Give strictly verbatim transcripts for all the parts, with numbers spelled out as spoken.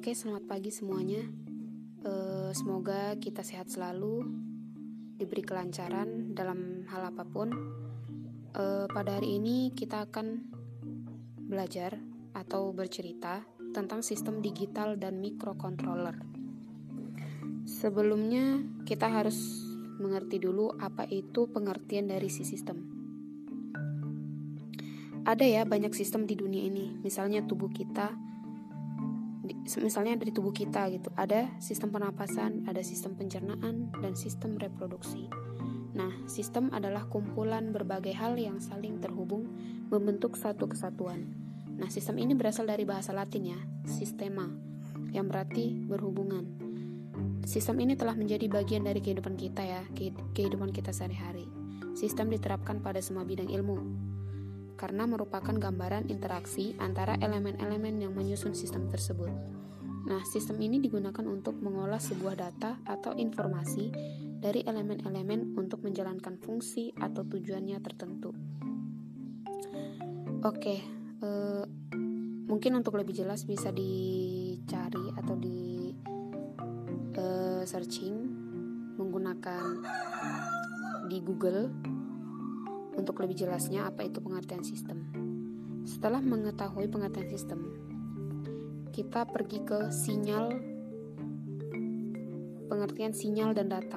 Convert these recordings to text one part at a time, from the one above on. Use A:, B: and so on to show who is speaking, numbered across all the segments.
A: Oke, selamat pagi semuanya. E, semoga kita sehat selalu, diberi kelancaran dalam hal apapun. E, pada hari ini kita akan belajar atau bercerita tentang sistem digital dan microcontroller. Sebelumnya kita harus mengerti dulu apa itu pengertian dari si sistem. Ada ya banyak sistem di dunia ini, misalnya tubuh kita. Misalnya dari tubuh kita gitu, ada sistem pernapasan, ada sistem pencernaan, dan sistem reproduksi. Nah, sistem adalah kumpulan berbagai hal yang saling terhubung membentuk satu kesatuan. Nah, sistem ini berasal dari bahasa Latin ya, sistema, yang berarti berhubungan. Sistem ini telah menjadi bagian dari kehidupan kita ya, kehidupan kita sehari-hari. Sistem diterapkan pada semua bidang ilmu, karena merupakan gambaran interaksi antara elemen-elemen yang menyusun sistem tersebut. Nah, sistem ini digunakan untuk mengolah sebuah data atau informasi dari elemen-elemen untuk menjalankan fungsi atau tujuannya tertentu. Oke, eh, mungkin untuk lebih jelas bisa dicari atau di eh, searching menggunakan di Google. Untuk lebih jelasnya apa itu pengertian sistem. Setelah mengetahui pengertian sistem, kita pergi ke sinyal, pengertian sinyal dan data.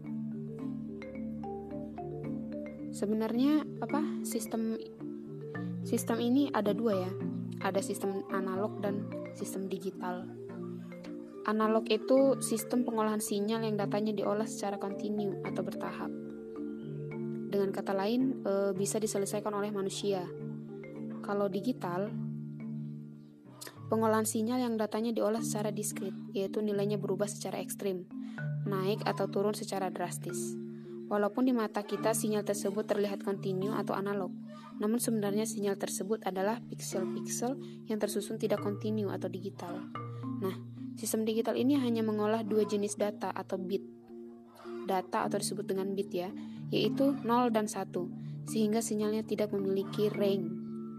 A: Sebenarnya apa sistem sistem ini ada dua ya, ada sistem analog dan sistem digital. Analog itu sistem pengolahan sinyal yang datanya diolah secara kontinu atau bertahap. Dengan kata lain, e, bisa diselesaikan oleh manusia. Kalau digital, pengolahan sinyal yang datanya diolah secara diskrit, yaitu nilainya berubah secara ekstrim, naik atau turun secara drastis. Walaupun di mata kita sinyal tersebut terlihat kontinu atau analog, namun sebenarnya sinyal tersebut adalah piksel-piksel yang tersusun tidak kontinu atau digital. Nah, sistem digital ini hanya mengolah dua jenis data atau bit. Data atau disebut dengan bit ya, yaitu nol dan satu, sehingga sinyalnya tidak memiliki range.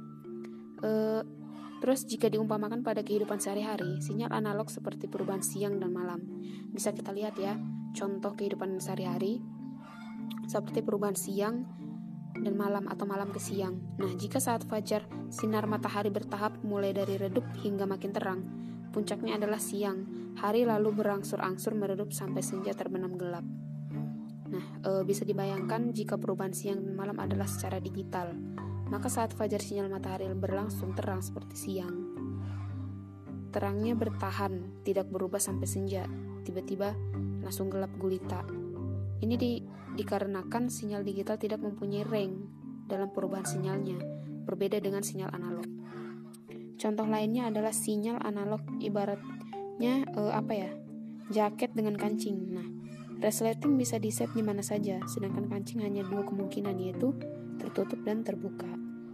A: E, terus jika diumpamakan pada kehidupan sehari-hari, sinyal analog seperti perubahan siang dan malam. Bisa kita lihat ya, contoh kehidupan sehari-hari seperti perubahan siang dan malam atau malam ke siang. Nah, jika saat fajar sinar matahari bertahap mulai dari redup hingga makin terang, puncaknya adalah siang, hari lalu berangsur-angsur meredup sampai senja terbenam gelap. Nah, e, bisa dibayangkan jika perubahan siang dan malam adalah secara digital, maka saat fajar sinyal matahari berlangsung terang seperti siang. Terangnya bertahan, tidak berubah sampai senja, tiba-tiba langsung gelap gulita. Ini di, dikarenakan sinyal digital tidak mempunyai range dalam perubahan sinyalnya, berbeda dengan sinyal analog. Contoh lainnya adalah sinyal analog ibaratnya e, apa ya? jaket dengan kancing. Nah, resleting bisa di-set di mana saja, sedangkan kancing hanya dua kemungkinan, yaitu tertutup dan terbuka.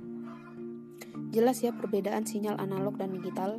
A: Jelas ya perbedaan sinyal analog dan digital.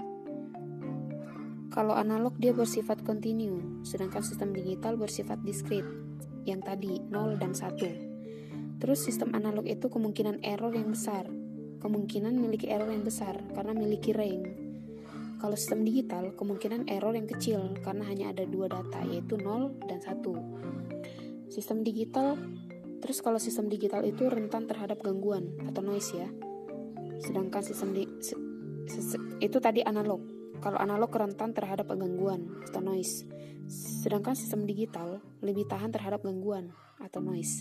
A: Kalau analog dia bersifat kontinu, sedangkan sistem digital bersifat diskrit, yang tadi nol dan satu. Terus sistem analog itu kemungkinan error yang besar, kemungkinan memiliki error yang besar karena memiliki range. Kalau sistem digital, kemungkinan error yang kecil karena hanya ada dua data, yaitu nol dan satu. Sistem digital, terus kalau sistem digital itu rentan terhadap gangguan atau noise ya. Sedangkan sistem di, se, se, itu tadi analog. Kalau analog rentan terhadap gangguan atau noise. Sedangkan sistem digital lebih tahan terhadap gangguan atau noise.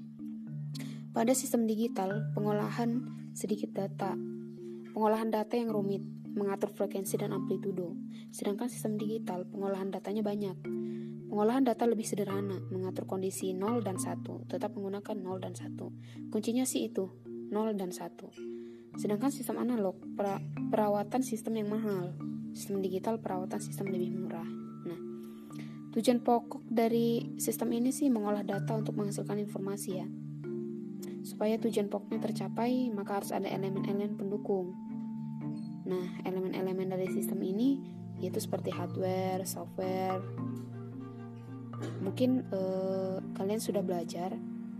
A: Pada sistem digital, pengolahan sedikit data. Pengolahan data yang rumit, mengatur frekuensi dan amplitudo. Sedangkan sistem digital, pengolahan datanya banyak. Pengolahan data lebih sederhana, mengatur kondisi nol dan satu, tetap menggunakan nol dan satu. Kuncinya sih itu, nol dan satu. Sedangkan sistem analog, pra, perawatan sistem yang mahal. Sistem digital, perawatan sistem lebih murah. Nah, tujuan pokok dari sistem ini sih mengolah data untuk menghasilkan informasi ya. Supaya tujuan pokoknya tercapai, maka harus ada elemen-elemen pendukung. Nah, elemen-elemen dari sistem ini yaitu seperti hardware, software. Mungkin eh, kalian sudah belajar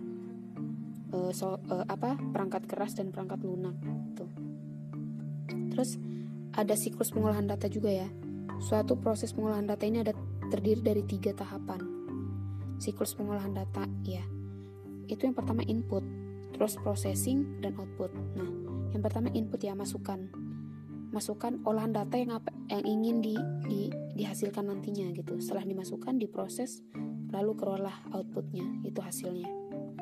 A: eh, so, eh, apa perangkat keras dan perangkat lunak tuh. Terus ada siklus pengolahan data juga ya. Suatu proses pengolahan data ini ada terdiri dari tiga tahapan. Siklus pengolahan data, ya. Itu yang pertama input, terus processing dan output. Nah, yang pertama input ya, masukan. Masukan olahan data yang apa yang ingin di, di dihasilkan nantinya gitu. Setelah dimasukkan, diproses, lalu keluarlah outputnya, itu hasilnya.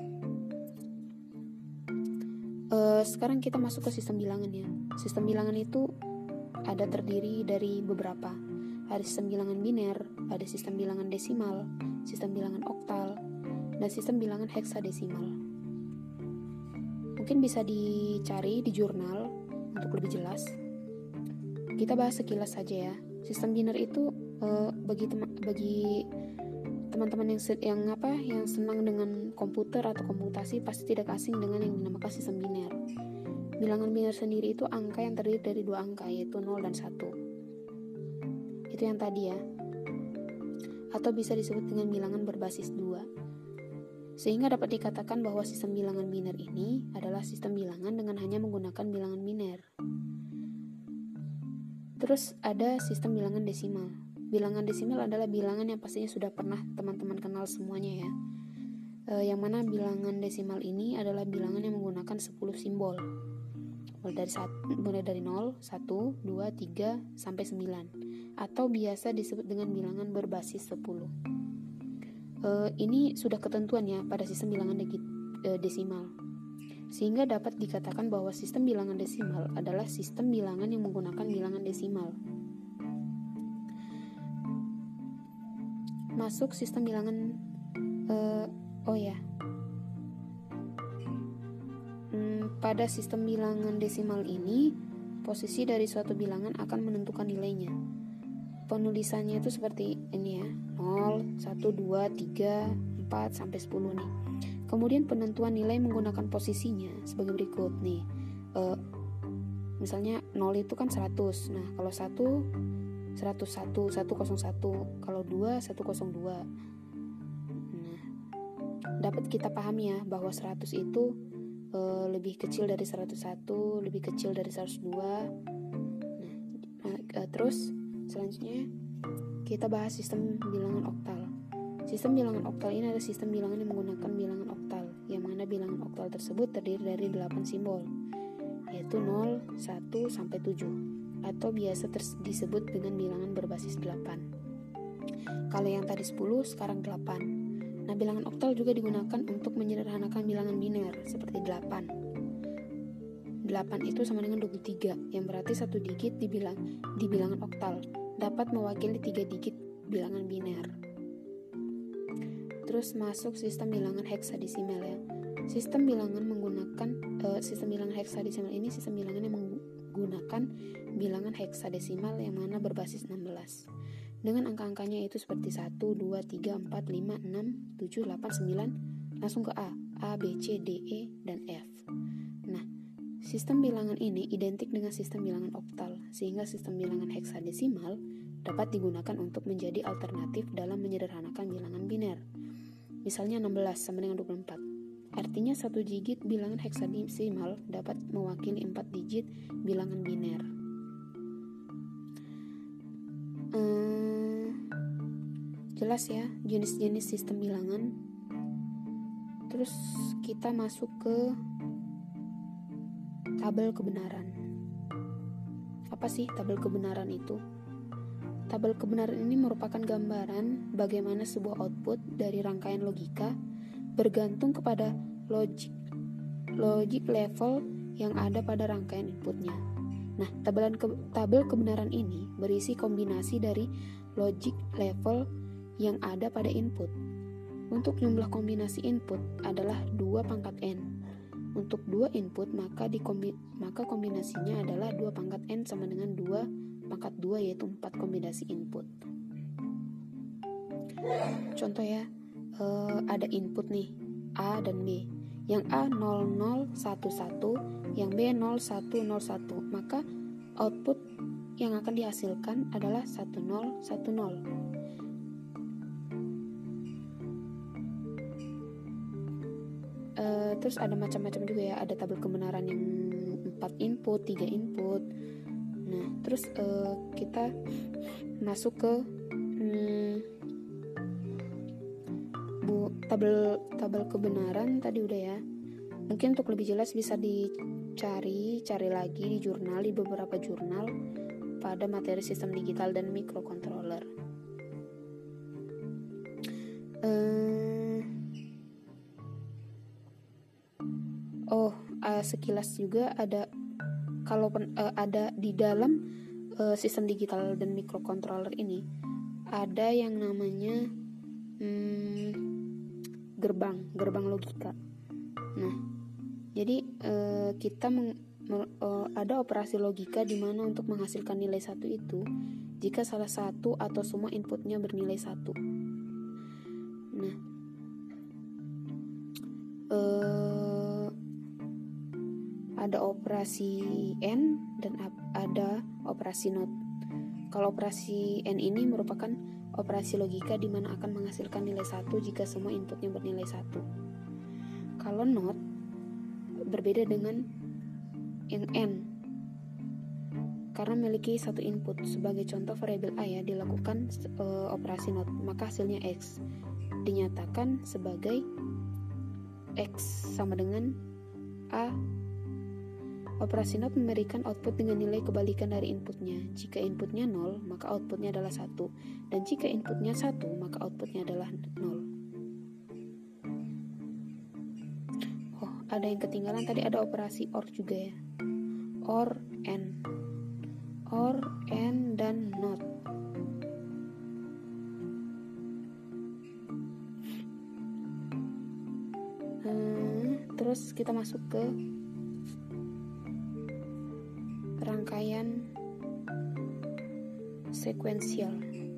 A: Uh, sekarang kita masuk ke sistem bilangan ya. Sistem bilangan itu ada terdiri dari beberapa. Ada sistem bilangan biner, ada sistem bilangan desimal, sistem bilangan oktal, dan sistem bilangan heksadesimal. Mungkin bisa dicari di jurnal untuk lebih jelas. Kita bahas sekilas saja ya. Sistem biner itu uh, bagi tem- bagi teman-teman yang se- yang apa yang senang dengan komputer atau komputasi pasti tidak asing dengan yang dinamakan sistem biner. Bilangan biner sendiri itu angka yang terdiri dari dua angka, yaitu nol dan satu. Itu yang tadi ya. Atau bisa disebut dengan bilangan berbasis dua. Sehingga dapat dikatakan bahwa sistem bilangan biner ini adalah sistem bilangan dengan hanya menggunakan bilangan biner. Terus ada sistem bilangan desimal. Bilangan desimal adalah bilangan yang pastinya sudah pernah teman-teman kenal semuanya ya. E, yang mana bilangan desimal ini adalah bilangan yang menggunakan sepuluh simbol. Mulai dari, satu, mulai dari nol, satu, dua, tiga, sampai sembilan. Atau biasa disebut dengan bilangan berbasis sepuluh. E, ini sudah ketentuan ya pada sistem bilangan de- e, desimal. Sehingga dapat dikatakan bahwa sistem bilangan desimal adalah sistem bilangan yang menggunakan bilangan desimal. Masuk sistem bilangan uh, oh ya hmm, pada sistem bilangan desimal ini posisi dari suatu bilangan akan menentukan nilainya. Penulisannya itu seperti ini ya, nol, satu, dua, tiga, empat, sampai sepuluh nih. Kemudian penentuan nilai menggunakan posisinya sebagai berikut nih. Uh, misalnya nol itu kan seratus. Nah, kalau satu seratus satu, seratus satu, kalau dua seratus dua. Nah, dapat kita pahami ya bahwa seratus itu uh, lebih kecil dari seratus satu, lebih kecil dari seratus dua. Nah, uh, terus selanjutnya kita bahas sistem bilangan oktal. Sistem bilangan oktal ini adalah sistem bilangan yang menggunakan bilangan oktal, yang mana bilangan oktal tersebut terdiri dari delapan simbol, yaitu nol, satu, sampai tujuh, atau biasa ters- disebut dengan bilangan berbasis delapan. Kalau yang tadi sepuluh, sekarang delapan. Nah, bilangan oktal juga digunakan untuk menyederhanakan bilangan biner, seperti delapan. delapan itu sama dengan dua puluh tiga, yang berarti satu digit di, bilang, di bilangan oktal dapat mewakili tiga digit bilangan biner. Terus masuk sistem bilangan heksadesimal ya. Sistem bilangan menggunakan uh, sistem bilangan heksadesimal ini sistem bilangan yang menggunakan bilangan heksadesimal yang mana berbasis enam belas. Dengan angka-angkanya itu seperti satu, dua, tiga, empat, lima, enam, tujuh, delapan, sembilan, langsung ke A, A, B, C, D, E, dan F. Nah, sistem bilangan ini identik dengan sistem bilangan oktal, sehingga sistem bilangan heksadesimal dapat digunakan untuk menjadi alternatif dalam menyederhanakan bilangan biner. Misalnya enam belas sama dengan dua puluh empat. Artinya satu digit bilangan heksadesimal dapat mewakili empat digit bilangan biner. Hmm, jelas ya jenis-jenis sistem bilangan. Terus kita masuk ke tabel kebenaran. Apa sih tabel kebenaran itu? Tabel kebenaran ini merupakan gambaran bagaimana sebuah output dari rangkaian logika bergantung kepada logic logic level yang ada pada rangkaian inputnya. Nah, tabelan ke, tabel kebenaran ini berisi kombinasi dari logic level yang ada pada input. Untuk jumlah kombinasi input adalah dua pangkat n. Untuk dua input maka dikombi, maka kombinasinya adalah dua pangkat n sama dengan dua pangkat dua, yaitu empat kombinasi input. Contoh ya, uh, ada input nih A dan B. Yang A nol nol satu satu, yang B nol satu nol satu, maka output yang akan dihasilkan adalah satu nol satu nol. Uh, terus ada macam-macam juga ya, ada tabel kebenaran yang empat input, tiga input. Nah, terus uh, kita masuk ke hmm, bu, tabel tabel kebenaran tadi udah ya. Mungkin untuk lebih jelas bisa dicari cari lagi di jurnal, di beberapa jurnal pada materi sistem digital dan microcontroller. Uh, oh, uh, sekilas juga ada kalau uh, ada di dalam uh, sistem digital dan microcontroller ini ada yang namanya hmm, gerbang, gerbang logika. Nah, jadi uh, kita meng, uh, ada operasi logika di mana untuk menghasilkan nilai satu itu jika salah satu atau semua inputnya bernilai satu. Nah, uh, ada operasi AND dan ada operasi NOT. Kalau operasi AND ini merupakan operasi logika di mana akan menghasilkan nilai satu jika semua inputnya bernilai satu. Kalau NOT berbeda dengan yang AND karena memiliki satu input. Sebagai contoh variabel A ya, dilakukan uh, operasi NOT, maka hasilnya X dinyatakan sebagai X sama dengan A. Operasi NOT memberikan output dengan nilai kebalikan dari inputnya. Jika inputnya nol, maka outputnya adalah satu. Dan jika inputnya satu, maka outputnya adalah nol. Oh, ada yang ketinggalan tadi, ada operasi OR juga ya. OR, AND. OR, AND, dan NOT. Hmm, terus kita masuk ke rangkaian sekuensial.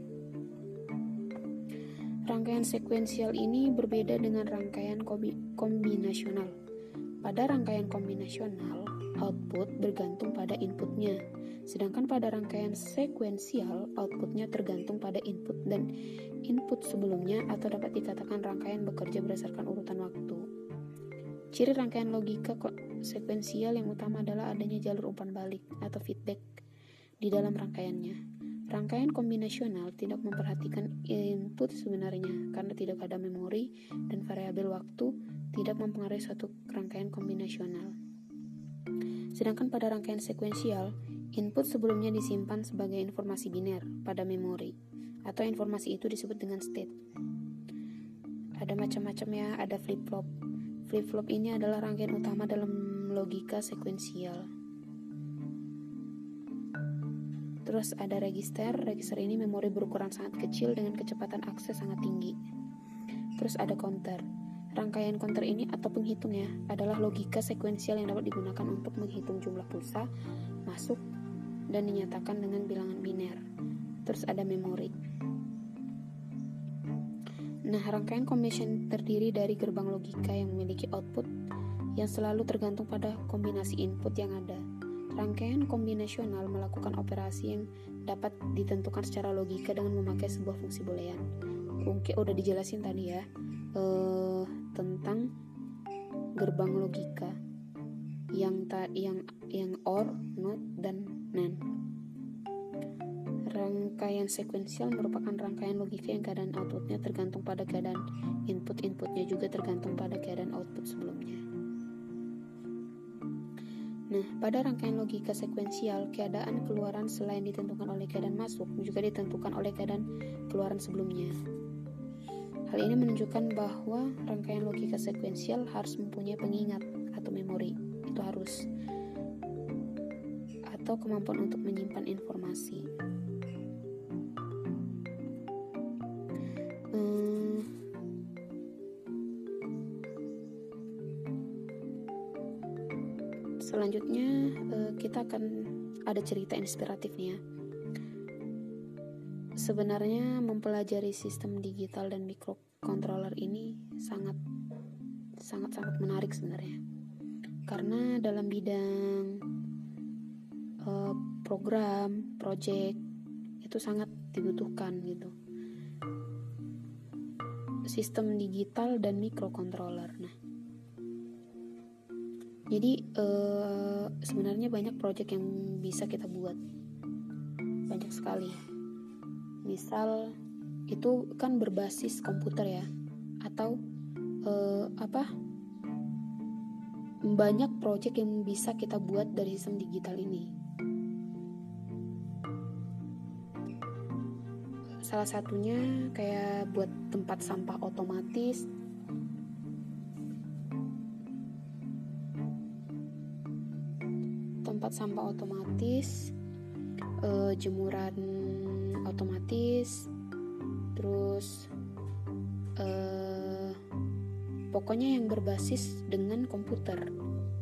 A: Rangkaian sekuensial ini berbeda dengan rangkaian kombinasional. Pada rangkaian kombinasional, output bergantung pada inputnya, sedangkan pada rangkaian sekuensial, outputnya tergantung pada input dan input sebelumnya, atau dapat dikatakan rangkaian bekerja berdasarkan urutan waktu. Ciri rangkaian logika sekuensial yang utama adalah adanya jalur umpan balik atau feedback di dalam rangkaiannya. Rangkaian kombinasional tidak memperhatikan input sebenarnya karena tidak ada memori dan variabel waktu tidak mempengaruhi suatu rangkaian kombinasional. Sedangkan pada rangkaian sekuensial, input sebelumnya disimpan sebagai informasi biner pada memori atau informasi itu disebut dengan state. Ada macam-macam ya, ada flip-flop. Flip-flop ini adalah rangkaian utama dalam logika sekuensial. Terus ada register. Register ini memori berukuran sangat kecil dengan kecepatan akses sangat tinggi. Terus ada counter. Rangkaian counter ini atau penghitung ya, adalah logika sekuensial yang dapat digunakan untuk menghitung jumlah pulsa masuk dan dinyatakan dengan bilangan biner. Terus ada memori. Nah, rangkaian combination terdiri dari gerbang logika yang memiliki output yang selalu tergantung pada kombinasi input yang ada. Rangkaian kombinasional melakukan operasi yang dapat ditentukan secara logika dengan memakai sebuah fungsi boolean. Oke, udah dijelasin tadi ya eh, tentang gerbang logika yang ta- yang yang OR, NOT, dan NAND. Rangkaian sekuensial merupakan rangkaian logika yang keadaan outputnya tergantung pada keadaan input-inputnya juga tergantung pada keadaan output sebelumnya. Nah, pada rangkaian logika sekuensial, keadaan keluaran selain ditentukan oleh keadaan masuk, juga ditentukan oleh keadaan keluaran sebelumnya. Hal ini menunjukkan bahwa rangkaian logika sekuensial harus mempunyai pengingat atau memori, itu harus, atau kemampuan untuk menyimpan informasi. Hmm, Selanjutnya kita akan ada cerita inspiratif nih ya. Sebenarnya mempelajari sistem digital dan microcontroller ini sangat sangat sangat menarik sebenarnya. Karena dalam bidang uh, program, project itu sangat dibutuhkan gitu. Sistem digital dan microcontroller. Nah, jadi uh, sebenarnya banyak project yang bisa kita buat, banyak sekali. Misal itu kan berbasis komputer ya, atau eh, apa banyak proyek yang bisa kita buat dari sistem digital ini. Salah satunya kayak buat tempat sampah otomatis, tempat sampah otomatis, eh, jemuran otomatis, terus eh, pokoknya yang berbasis dengan komputer.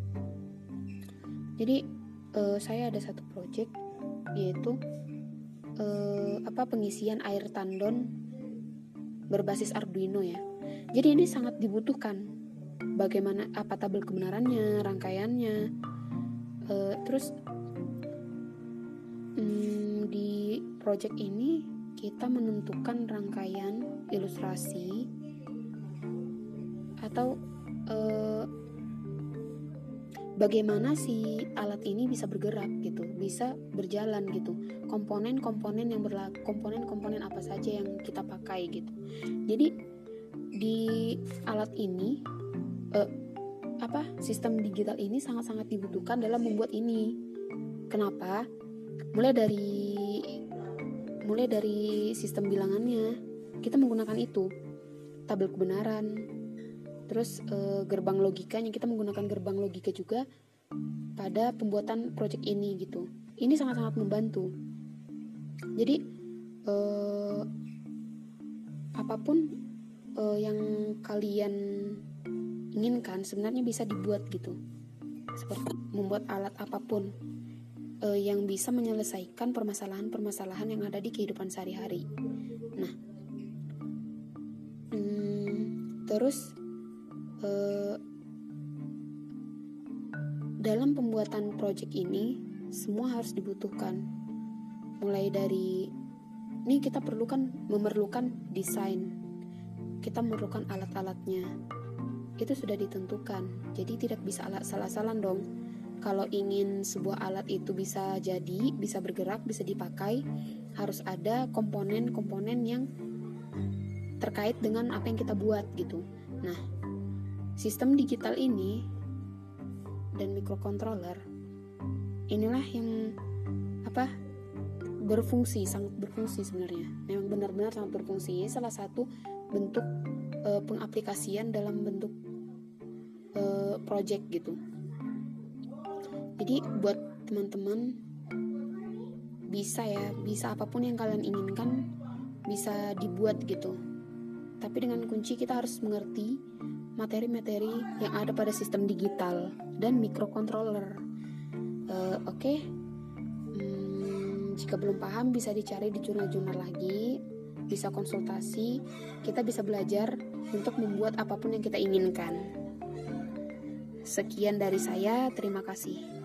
A: Jadi eh, saya ada satu project, yaitu eh, apa pengisian air tandon berbasis Arduino ya. Jadi ini sangat dibutuhkan. Bagaimana apa tabel kebenarannya, rangkaiannya, eh, terus hmm, di project ini kita menentukan rangkaian ilustrasi atau eh, bagaimana si alat ini bisa bergerak gitu, bisa berjalan gitu. Komponen-komponen yang berlaku, komponen-komponen apa saja yang kita pakai gitu. Jadi di alat ini eh, apa sistem digital ini sangat-sangat dibutuhkan dalam membuat ini. Kenapa? Mulai dari mulai dari sistem bilangannya kita menggunakan itu, tabel kebenaran, terus e, gerbang logikanya kita menggunakan gerbang logika juga pada pembuatan project ini gitu. Ini sangat-sangat membantu. Jadi e, apapun e, yang kalian inginkan sebenarnya bisa dibuat gitu. Seperti membuat alat apapun e, yang bisa menyelesaikan permasalahan-permasalahan yang ada di kehidupan sehari-hari. Nah, hmm, terus Uh, dalam pembuatan project ini semua harus dibutuhkan. Mulai dari ini kita perlukan memerlukan desain, kita memerlukan alat-alatnya, itu sudah ditentukan. Jadi tidak bisa salah-salah dong. Kalau ingin sebuah alat itu bisa jadi, bisa bergerak, bisa dipakai, harus ada komponen-komponen yang terkait dengan apa yang kita buat gitu. Nah, sistem digital ini dan microcontroller inilah yang apa berfungsi, sangat berfungsi sebenarnya. Memang benar-benar sangat berfungsi. Ini salah satu bentuk e, pengaplikasian dalam bentuk e, project gitu. Jadi buat teman-teman bisa ya, bisa apapun yang kalian inginkan bisa dibuat gitu. Tapi dengan kunci kita harus mengerti materi-materi yang ada pada sistem digital dan microcontroller. Uh, Oke, okay. hmm, jika belum paham bisa dicari di jurnal-jurnal lagi, bisa konsultasi, kita bisa belajar untuk membuat apapun yang kita inginkan. Sekian dari saya, terima kasih.